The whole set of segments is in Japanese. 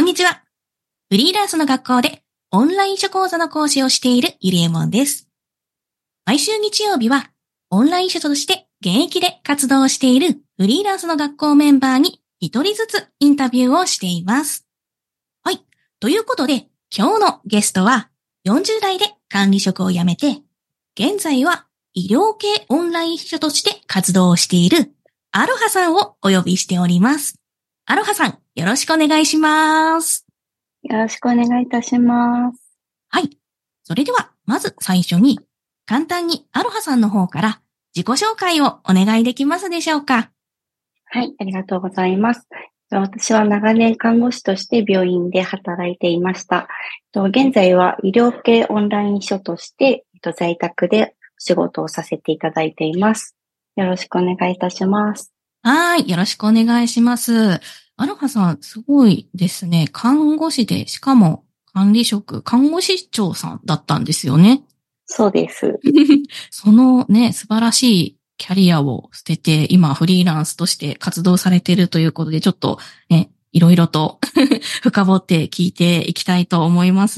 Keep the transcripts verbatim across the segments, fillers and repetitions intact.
んにちは。フリーランスの学校でオンライン書講座の講師をしているゆりえもんです。毎週日曜日はオンライン書として現役で活動しているフリーランスの学校メンバーに一人ずつインタビューをしています。はい。ということで今日のゲストはよんじゅう代で管理職を辞めて、現在は医療系オンライン秘書として活動をしているアロハさんをお呼びしております。アロハさん、よろしくお願いします。 よろしくお願いいたします。 はい。それでは、まず最初に、簡単にアロハさんの方から自己紹介をお願いできますでしょうか。 はい、ありがとうございます。私は長年看護師として病院で働いていました。現在は医療系オンライン秘書として在宅でお仕事をさせていただいています。よろしくお願いいたします。 はい、よろしくお願いします。アロハさん、すごいですね。看護師で、しかも管理職、看護師長さんだったんですよね。 そうです。 そのね、素晴らしいキャリアを捨てて、今フリーランスとして活動されているということで、ちょっとね、いろいろと深掘って聞いていきたいと思います。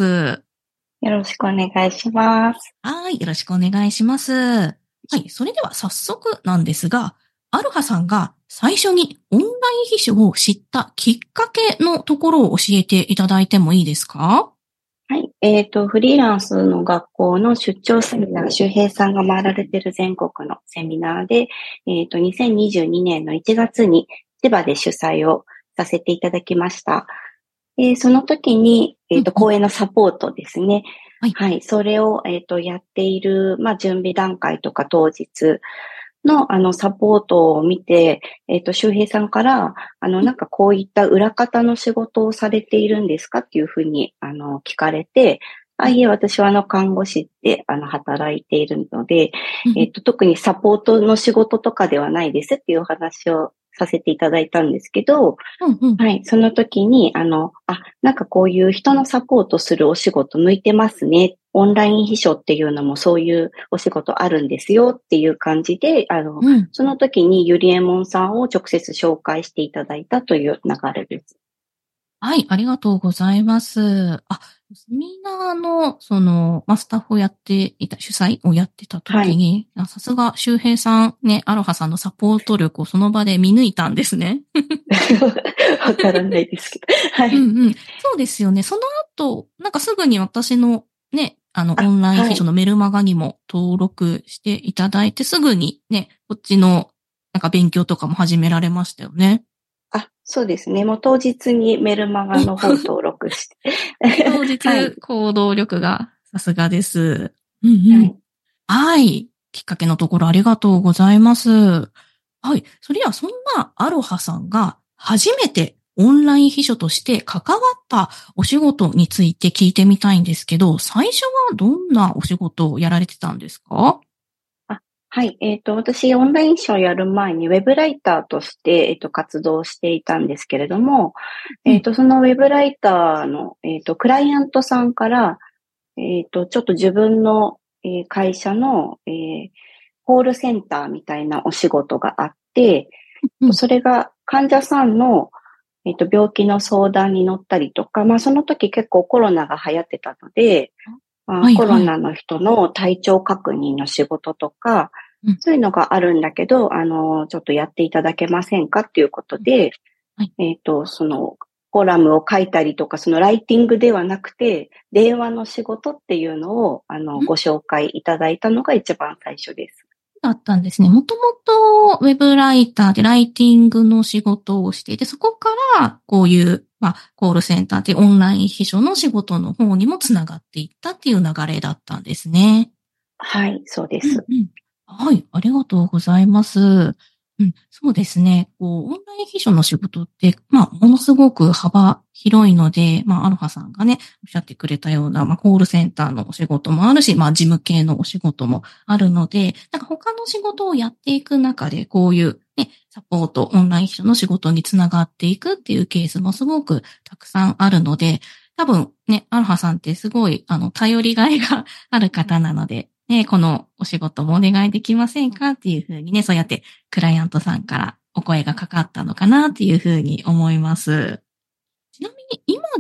よろしくお願いします。 はい、よろしくお願いします。はい、それでは早速なんですが、アルハさんが最初にオンライン秘書を知ったきっかけのところを教えていただいてもいいですか？ はい。えっと、フリーランスの学校の出張セミナー、周平さんが回られている全国のセミナーで、えっと、にせんにじゅうにねんのいちがつに千葉で主催をさせていただきました。えー、その時に、えっと、講演のサポートですね。はい。はい。それを、えっと、やっている、まあ、準備段階とか当日の、あの、サポートを見て、えっと、周平さんから、あの、なんかこういった裏方の仕事をされているんですかっていうふうに、あの、聞かれて、あ、いえ、私はあの、看護師で、あの、働いているので、えっと、特にサポートの仕事とかではないですっていうお話をさせていただいたんですけど、うんうん、はい、その時に、あの、あ、なんかこういう人のサポートするお仕事向いてますね。オンライン秘書っていうのもそういうお仕事あるんですよっていう感じで、あの、うん、その時にゆりえもんさんを直接紹介していただいたという流れです。 はい、ありがとうございます。あ、セミナーの、その、まあ、スタッフをやっていた、主催をやってた時に、はい、さすが周平さんね、アロハさんのサポート力をその場で見抜いたんですね。 わからないですけど。はい。 うんうん。そうですよね。その後、なんかすぐに私のね、あの、オンライン秘書のメルマガにも登録していただいて、はい、すぐにね、こっちの、なんか勉強とかも始められましたよね。 あ、そうですね。もう当日にメルマガの方登録して。 当日行動力がさすがです。うんうん。はい。はい。きっかけのところありがとうございます。はい。それではそんなアロハさんが初めてオンライン秘書として関わったお仕事について聞いてみたいんですけど、最初はどんなお仕事をやられてたんですか？ はい。えっと、私、オンライン秘書をやる前に、ウェブライターとして、えっと、活動していたんですけれども、うん、えっと、そのウェブライターの、えっと、クライアントさんから、えっと、ちょっと自分の、えー、会社の、えー、コールセンターみたいなお仕事があって、うん、それが患者さんの、えっと、病気の相談に乗ったりとか、まあ、その時結構コロナが流行ってたので、まあはいはい、コロナの人の体調確認の仕事とか、うん、そういうのがあるんだけど、あの、ちょっとやっていただけませんかっていうことで、はい、えっと、その、コラムを書いたりとか、そのライティングではなくて、電話の仕事っていうのを、あの、ご紹介いただいたのが一番最初です。 だったんですね。もともとウェブライターでライティングの仕事をしていて、そこからこういう、まあ、コールセンターでオンライン秘書の仕事の方にもつながっていったっていう流れだったんですね。 はい、そうです。 うんうん、はい、ありがとうございます。うん、そうですね。こう、オンライン秘書の仕事って、まあ、ものすごく幅広いので、まあ、アロハさんがね、おっしゃってくれたような、まあ、コールセンターのお仕事もあるし、まあ、事務系のお仕事もあるので、なんか他の仕事をやっていく中で、こういうね、サポート、オンライン秘書の仕事につながっていくっていうケースもすごくたくさんあるので、多分ね、アロハさんってすごい、あの、頼りがいがある方なので、ね、このお仕事もお願いできませんかっていうふうにね、そうやってクライアントさんからお声がかかったのかなっていうふうに思います。ちなみに今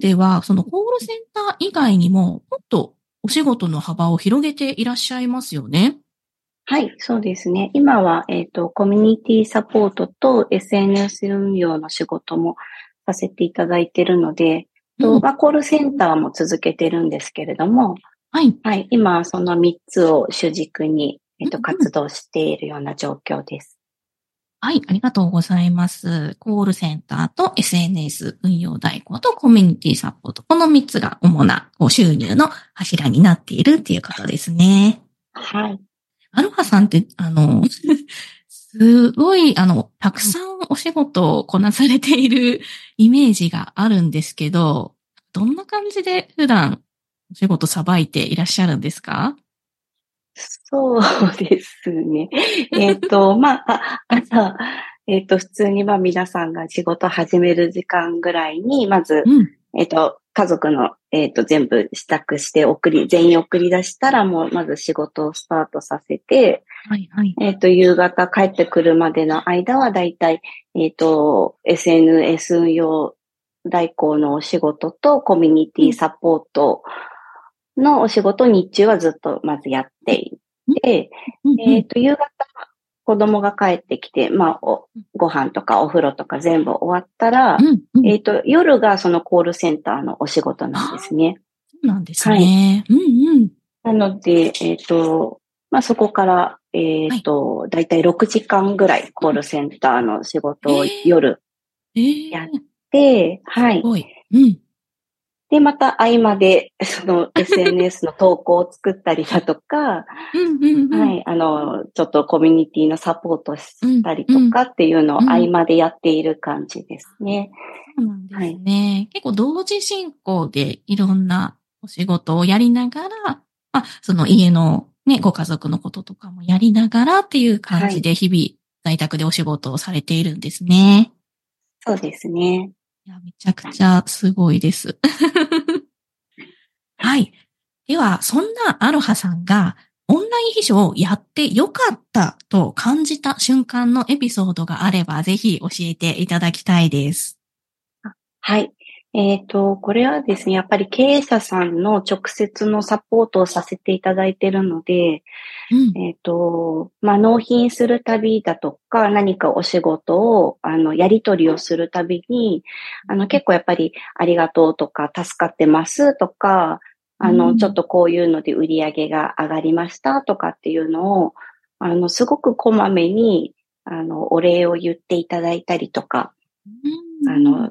では、そのコールセンター以外にも、もっとお仕事の幅を広げていらっしゃいますよね。 はい、そうですね。今は、えっと、コミュニティサポートと エスエヌエス 運用の仕事もさせていただいているので、 うん、 とまあ、コールセンターも続けてるんですけれども、 はい。 はい、今そのみっつを主軸に、えっと、 うんうん、 活動しているような状況です。 はい、ありがとうございます。コールセンターと エスエヌエス 運用代行とコミュニティサポート。このみっつが主なこう収入の柱になっているっていうことですね。 はい。 アルファさんって、あの、すごい、あの、たくさんお仕事をこなされているイメージがあるんですけど、どんな感じで普段お仕事さばいていらっしゃるんですか？ そうですね。えっと、まあ、あ朝、えっと、普通にまあ皆さんが仕事始める時間ぐらいに、まず、 うん。 えっと、家族の、えっと、全部支度して送り、全員送り出したらもうまず仕事をスタートさせて、 はいはい。 えっと、夕方帰ってくるまでの間はだいたい、えっと、エスエヌエス 運用代行のお仕事とコミュニテうん。 ィサポートのお仕事を日中はずっとまずやっていうん。 て、 うん。うん。 えっと、夕方、子供が帰ってきて、まあ、お、ご飯とかお風呂とか全部終わったら、 うん。うん。 えっと、夜がそのコールセンターのお仕事なんでああ、 すね。 そうなんですはい。 ね。うんうん。 なので、えっと、まあ、そこから、えはい。 っと、だいたいろくじかんぐらいコールセンターの仕事をええ夜やっええて、はい。 すごい。うん。 で、また合間で、その エスエヌエス の投稿を作ったりだとか、 うんうんうん。 はい。あの、ちょっとコミュニティのサポートしうんたりとうん。 かっていうのを合うん。 間でやっている感じですね。 そうなんですはい。 ね。結構同時進行でいろんなお仕事をやりながら、まあ、その家のね、ご家族のこととかもやりながらっていう感はい。 じで日々在宅でお仕事をされているんですね。 そうですね。 いや、めちゃくちゃすごいです。はい。では、そんなアロハさんがオンライン秘書をやってよかったと感じた瞬間のエピソードがあれば、ぜひ教えていただきたいです。 はい。えっと、これはですね、やっぱり経営者さんの直接のサポートをさせていただいているので、 うん。 えっと、まあ、納品するたびだとか、何かお仕事を、あの、やり取りをするたびに、あの、結構やっぱり、ありがとうとか、助かってますとか、 うあの、ちょっん。 とこういうので売り上げが上がりましたとかっていうのを、あの、すごくこまめに、あの、お礼を言っていただいたりとか、 うん。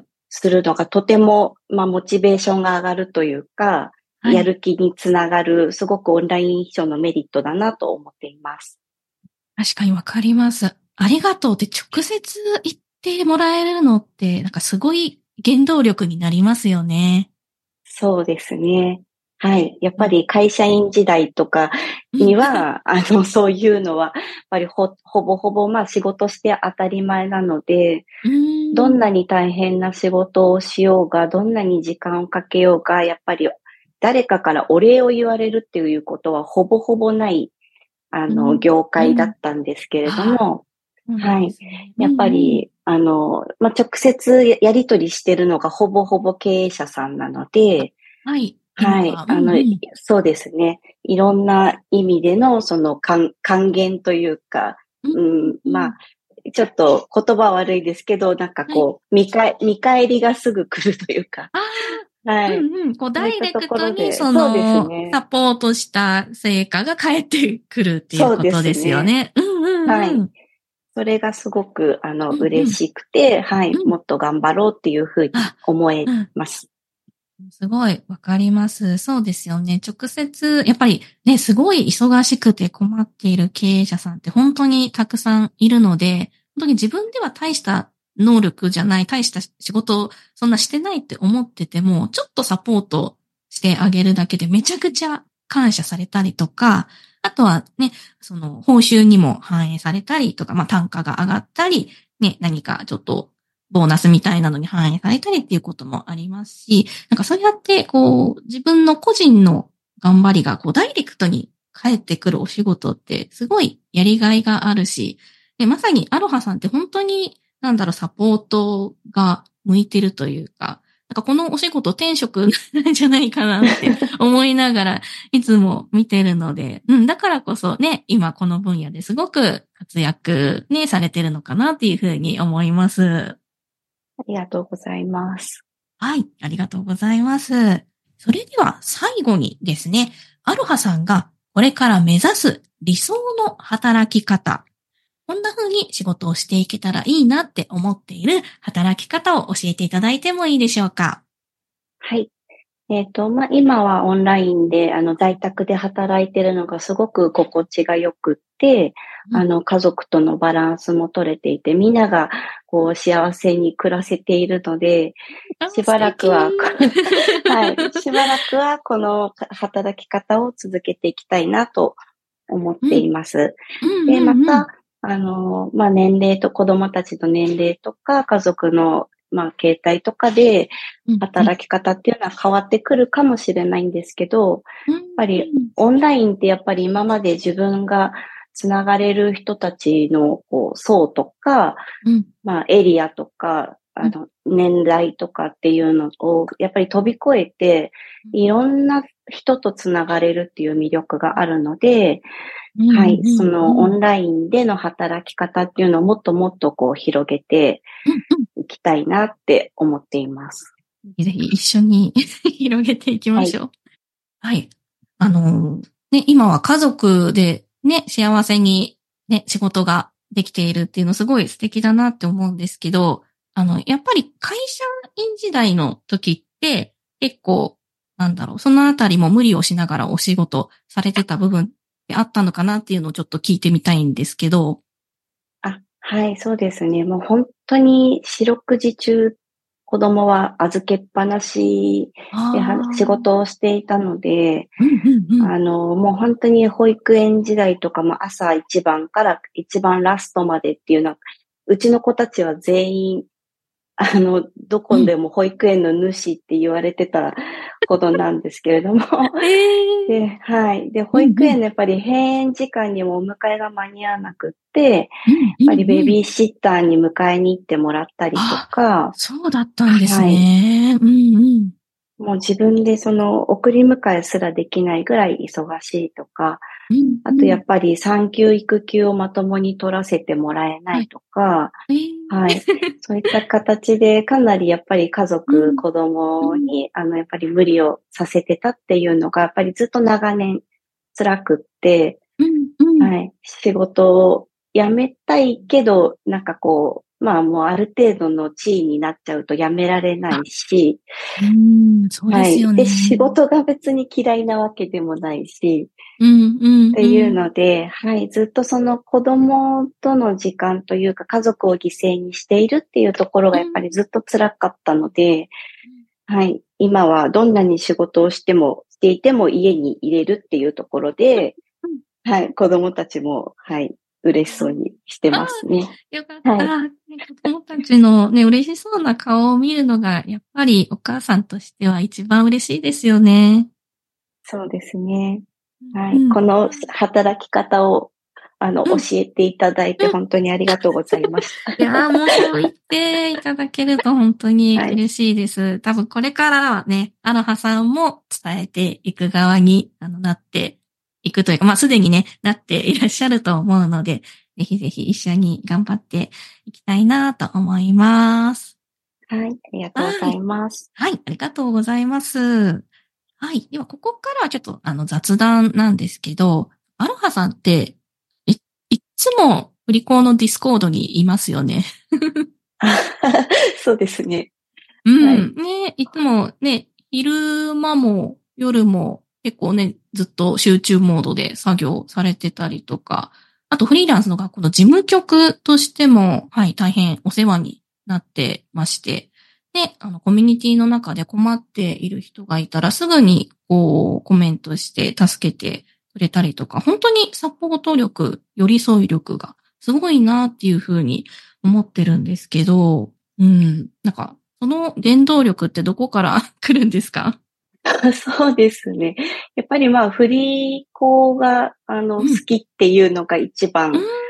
あの、するのがとても、まあ、モチベーションが上がるというか、 はい。 やる気につながる、すごくオンライン秘書のメリットだなと思っています。 確かにわかります。ありがとうって直接言ってもらえるのって、なんかすごい原動力になりますよね。 そうですね。はい。やっうん。 ぱり会社員時代とかうん。 には、あの、そういうのは、やっぱりほ、ほぼほぼ、まあ仕事して当たり前なので、 うーん。 どんなに大変な仕事をしようが、どんなに時間をかけようが、やっぱり誰かからお礼を言われるっていうことはほぼほぼない、あの、 うん。 業界だうん。 ったんですけれどああ、 も、 そうなんはい。 ですね。うんやっぱうん。 り、あの、まあ、直接やり取りしてるのがほぼほぼ経営者さんなので、 はい。今はい。 は。うんあの、 うん。 そうですね。いろんな意味での、その、還還元というか、 うんうん、まあ、 うん。 ちょっと言葉悪いですけど、なんかはい。 こう、見返、見返りがすぐ来るというか、 ああ、うはい。 んうん。こう、ダイレそういったとクトに、 ころで、 そそうですの、 ね。 サポートした成果が返ってくるっていうそうでことですね。 すよね。うんうんうはい。 ん。 それがすごく、あの、 うんうん。 嬉しくて、はい。 うん。 もっと頑張ろうっていうふうにあ、 思えうん。 ます。 すごいわかります。そうですよね。直接、やっぱりね、すごい忙しくて困っている経営者さんって本当にたくさんいるので、本当に自分では大した能力じゃない、大した仕事をそんなしてないって思ってても、ちょっとサポートしてあげるだけでめちゃくちゃ感謝されたりとか、あとはね、その報酬にも反映されたりとか、まあ単価が上がったり、ね、何かちょっとボーナスみたいなのに反映されたりっていうこともありますし、なんかそうやって、こう、自分の個人の頑張りが、こう、ダイレクトに返ってくるお仕事って、すごいやりがいがあるし、で、まさにアロハさんって本当に、なんだろう、サポートが向いてるというか、 なんかこのお仕事転職なんじゃないかなって思いながらいつも見てるので、うん、だからこそね、今この分野ですごく活躍ね、されてるのかなっていうふうに思います。 ありがとうございます。 はい、ありがとうございます。それでは最後にですね、アロハさんがこれから目指す理想の働き方、こんな風に仕事をしていけたらいいなって思っている働き方を教えていただいてもいいでしょうか？ はい。えっと、まあ、今はオンラインで、あの、在宅で働いてるのがすごく心地が良くって、 うん、 あの、家族とのバランスも取れていて、みんなが、こう、幸せに暮らせているので、 あ、 しばらく素敵。 は、はい、しばらくは、この働き方を続けていきたいなと思っています。 うん、 で、 うん、うん。 また、あの、まあ、年齢と子供たちの年齢とか、家族の、まあ、形態とかで、 うん、 働き方っていうのは変わってくるかもしれないんですけど、 うん、 やっぱりオンラインってやっぱり今まで自分がつながれる人たちのこう層とか、 うん、 まあエリアとか、 うん、 あの年代とかっていうのをやっぱり飛び越えて、いろんな人とつながれるっていう魅力があるので、 うん、 はい、 うん、 そのうん、 オンラインでの働き方っていうのをもっともっとこう広げてうん、 いきたいなって思っています。 ぜひ一緒に広げていきはい。 ましょう。はい。あのね、今は家族でね、幸せにね、仕事ができているっていうのすごい素敵だなって思うんですけど、あの、やっぱり会社員時代の時って結構、なんだろう、そのあたりも無理をしながらお仕事されてた部分ってあったのかなっていうのをちょっと聞いてみたいんですけど。 あ、はい、そうですね。もう本当に四六時中子供は預けっぱなしでは仕ああ、 事をしていたので、 うんうんうん。 あの、もう本当に保育園時代とかも朝一番から一番ラストまでっていうのは、うちの子たちは全員あの、どこでも保育園の主って言われてたことなんですけれども。 ええで、はい。で、保育うんうん。 園のやっぱり閉園時間にもお迎えが間に合わなくって、やっうんうぱりベんうん。 ビーシッターに迎えに行ってもらったりとあ、 か、 そうだったんですはい。 ね。うんうん。 もう自分でその送り迎えすらできないぐらい忙しいとか、 うんあとやうん。 っぱり産休育休をまともに取らせてもらえなはい。 いとか、 えはい。 えそういった形で、かなりやっぱり家族、 うん。 子うん。 供に、あの、やっぱり無理をさせてたっていうのが、やっぱりずっと長年辛くって、 うんうん。 はい。仕事を辞めたいけど、なんかこう、まあもうある程度の地位になっちゃうと辞められなあ、 いし、 うーん、そうではい。 すよで、仕ね。 事が別に嫌いなわけでもないし、 うんうんっていううん。 ので、はい、ずっとその子供との時間というか家族を犠牲にしているっていうところがやっぱうん。 りずっと辛かったので、 うん。 はい、今はどんなに仕事をしても、していても家に入れるっていうところで、 うん。 はい、子供たちも、はい、嬉しそうにしてああ、 ますね。 よかっはい、 た。ね、子供たちのね、嬉しそうな顔を見るのが、やっぱりお母さんとしては一番嬉しいですよね。 そうですね。はい、 うん。 この働き方を、あの、教うん。 えていただいてうん。 本当にありがとうございました。 いやーもうそう言っていただけると本当にはい、 嬉しいです。多分これからはね、アロハさんも伝えていく側にあのなっていくというか、まあすでにね、なっていらっしゃると思うので、ぜひぜひ一緒に頑張っていきたいなと思います。 はい、ありがとうございはい。 ます。 はい、ありがとうございます。はい。では、ここからはちょっとあの雑談なんですけど、アロハさんって、い、いつも振り子のディスコードにいますよね。 そうですね。 うはい。 ん。ね、いつもね、昼間も夜も結構ね、ずっと集中モードで作業されてたりとか、あとフリーランスの学校の事務局としても、はい、大変お世話になってまして、で、あの、コミュニティの中で困っている人がいたらすぐにこう、コメントして助けてくれたりとか、本当にサポート力、寄り添い力がすごいなっていうふうに思ってるんですけど、うん、なんか、その原動力ってどこから来るんですか？ そうですね。やっぱりまあ、振り子が、あの、好うん。 きっていうのが一うん。 番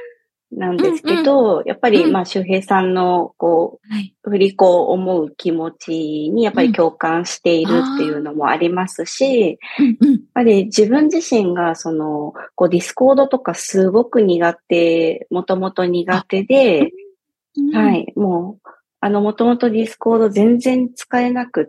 なんですけど、うんうん、やっぱり、まあ、周平さんの、こう、はい、振り子を思う気持ちに、やっぱり共感しているっていうのもありますし、うんうん、やっぱり自分自身が、その、こう、ディスコードとかすごく苦手、もともと苦手で、うん、はい、もう、あの、もともとディスコード全然使えなくって、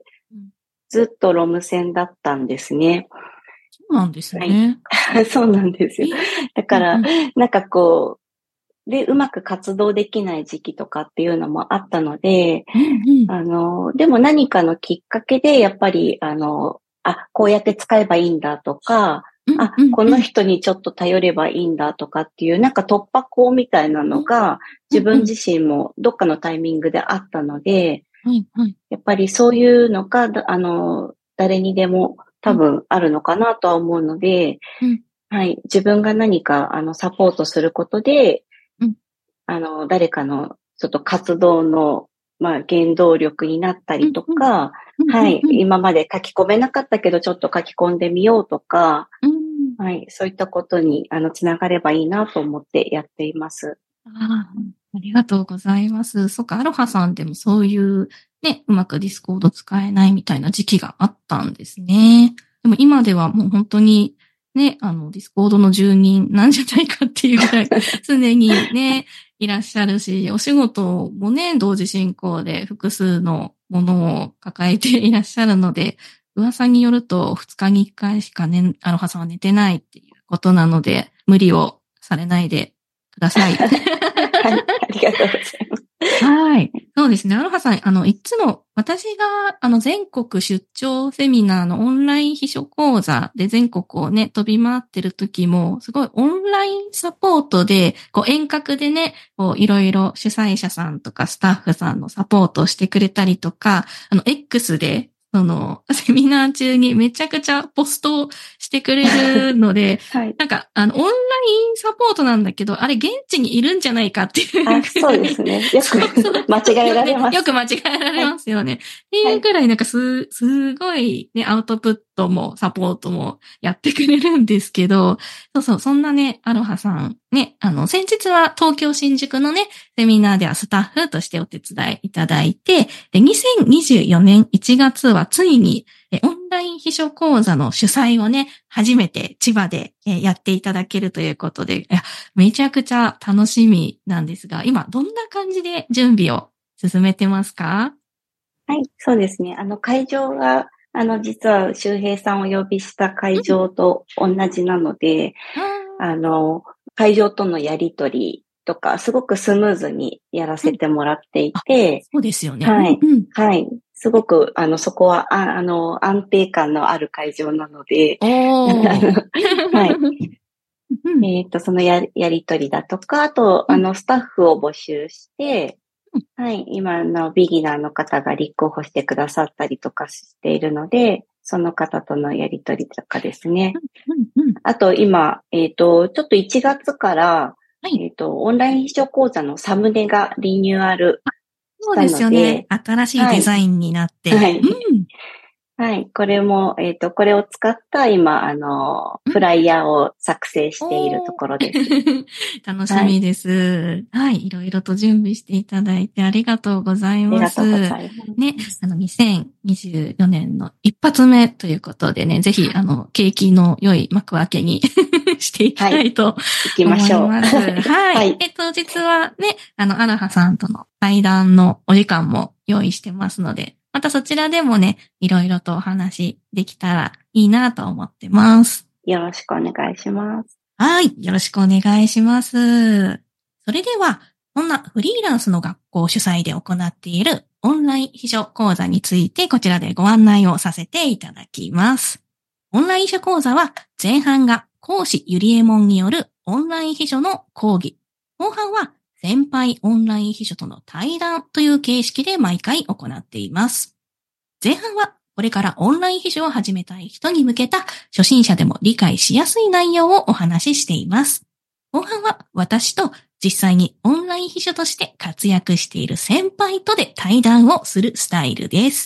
ずっとロム線だったんですね。 そうなんですね。 はい、そうなんですよ。だから、うんうん、なんかこう、で、うまく活動できない時期とかっていうのもあったので、うんうん、あの、でも何かのきっかけで、やっぱり、あの、あ、こうやって使えばいいんだとか、うんうんうん、あ、この人にちょっと頼ればいいんだとかっていう、なんか突破口みたいなのが、自分自身もどっかのタイミングであったので、 はいはい、 やっぱりそういうのが、あの、誰にでも多分あるのかなとは思うので、うん、はい、自分が何か、あの、サポートすることで、うん、あの、誰かの、ちょっと活動の、まあ、原動力になったりとか、うんうん、はい、うんうん、今まで書き込めなかったけど、ちょっと書き込んでみようとか、うん、はい、そういったことに、あの、つながればいいなと思ってやっています。 あありがとうございます。そっか、アロハさんでもそういうね、うまくディスコード使えないみたいな時期があったんですね。でも今ではもう本当にね、あの、ディスコードの住人なんじゃないかっていうぐらい常にね、いらっしゃるし、お仕事もね、同時進行で複数のものを抱えていらっしゃるので、噂によるとふつかにいっかいしかね、アロハさんは寝てないっていうことなので、無理をされないでください。 はい、ありがとうございます。 はい。そうですね。アロハさん、あの、いつも、私が、あの、全国出張セミナーのオンライン秘書講座で全国をね、飛び回ってる時も、すごいオンラインサポートで、こう、遠隔でね、こう、いろいろ主催者さんとかスタッフさんのサポートをしてくれたりとか、あの、X で、その、セミナー中にめちゃくちゃポストをしてくれるので、はい、なんか、あの、オンラインサポートなんだけど、あれ現地にいるんじゃないかっていう。 あ、そうですね。よく間違えられます。 よく間違えられますよね。はい、っていうくらいなんかす、すごいね、アウトプットもサポートもやってくれるんですけど、そうそう、そんなね、アロハさん、ね、あの、先日は東京新宿のね、セミナーではスタッフとしてお手伝いいただいて、で、にせんにじゅうよねんいちがつはついに、オンライン秘書講座の主催をね、初めて千葉でやっていただけるということで、いやめちゃくちゃ楽しみなんですが、今どんな感じで準備を進めてますか？ はい、そうですね。あの、会場が、あの、実は周平さんをお呼びした会場と同じなので、うん、あの、会場とのやりとりとか、すごくスムーズにやらせてもらっていて、うん、 そうですよね。 はい、 うんうん、 はい。すごく、あの、そこは、ああの、安定感のある会場なので、はい。えっと、そのや、やりとりだとか、あと、あの、スタッフを募集して、うん、はい、今のビギナーの方が立候補してくださったりとかしているので、その方とのやりとりとかですね。うんうん、あと、今、えっと、ちょっといちがつから、はい、えっと、オンライン秘書講座のサムネがリニューアルしたので、そうですよね。 新しいデザインになって。 はい。はいうんはい。これも、えっと、これを使った今、あの、フライヤーを作成しているところです。 楽しみです、はい。はい。いろいろと準備していただいてありがとうございます。ありがとうございます。ね。あの、にせんにじゅうよねんの一発目ということでね、ぜひ、あの、景気の良い幕開けにしていきたいと思います。はい、行きましょう。はい。はい。え、当日はね、あの、アラハさんとの対談のお時間も用意してますので、またそちらでもね、いろいろとお話できたらいいなと思ってます。 よろしくお願いします。 はい。よろしくお願いします。それでは、こんなフリーランスの学校主催で行っているオンライン秘書講座についてこちらでご案内をさせていただきます。オンライン秘書講座は前半が講師ゆりえもんによるオンライン秘書の講義。後半は先輩オンライン秘書との対談という形式で毎回行っています。前半はこれからオンライン秘書を始めたい人に向けた初心者でも理解しやすい内容をお話ししています。後半は私と実際にオンライン秘書として活躍している先輩とで対談をするスタイルです。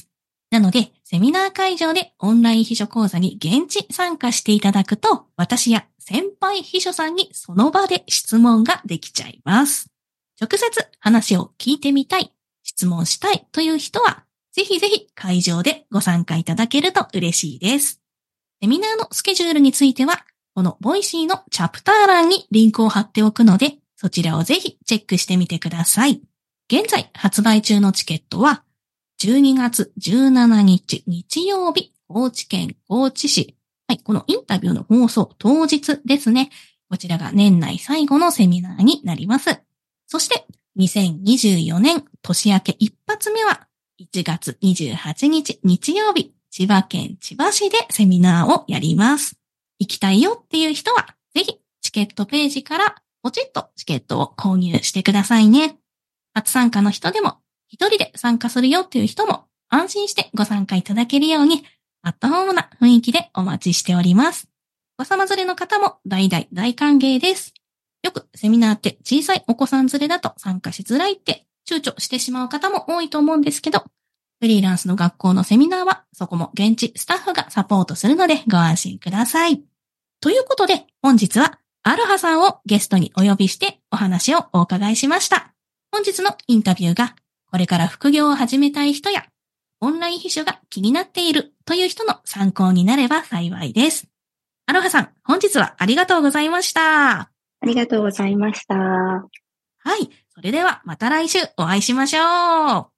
なので、セミナー会場でオンライン秘書講座に現地参加していただくと、私や先輩秘書さんにその場で質問ができちゃいます。直接話を聞いてみたい、質問したいという人は、ぜひぜひ会場でご参加いただけると嬉しいです。セミナーのスケジュールについては、このボイシーのチャプター欄にリンクを貼っておくので、そちらをぜひチェックしてみてください。現在発売中のチケットは、じゅうにがつじゅうしちにち日曜日、高知県高知市。はい、このインタビューの放送当日ですね。こちらが年内最後のセミナーになります。そして、にせんにじゅうよねん年明け一発目は、いちがつにじゅうはちにち日曜日、千葉県千葉市でセミナーをやります。行きたいよっていう人は、ぜひチケットページからポチッとチケットを購入してくださいね。初参加の人でも、一人で参加するよっていう人も安心してご参加いただけるように、アットホームな雰囲気でお待ちしております。お子様連れの方も大大大歓迎です。よくセミナーって小さいお子さん連れだと参加しづらいって躊躇してしまう方も多いと思うんですけど、フリーランスの学校のセミナーはそこも現地スタッフがサポートするのでご安心ください。ということで本日はアルハさんをゲストにお呼びしてお話をお伺いしました。本日のインタビューがこれから副業を始めたい人やオンライン秘書が気になっているという人の参考になれば幸いです。アロハさん、本日はありがとうございました。 ありがとうございました。 はい。それではまた来週お会いしましょう。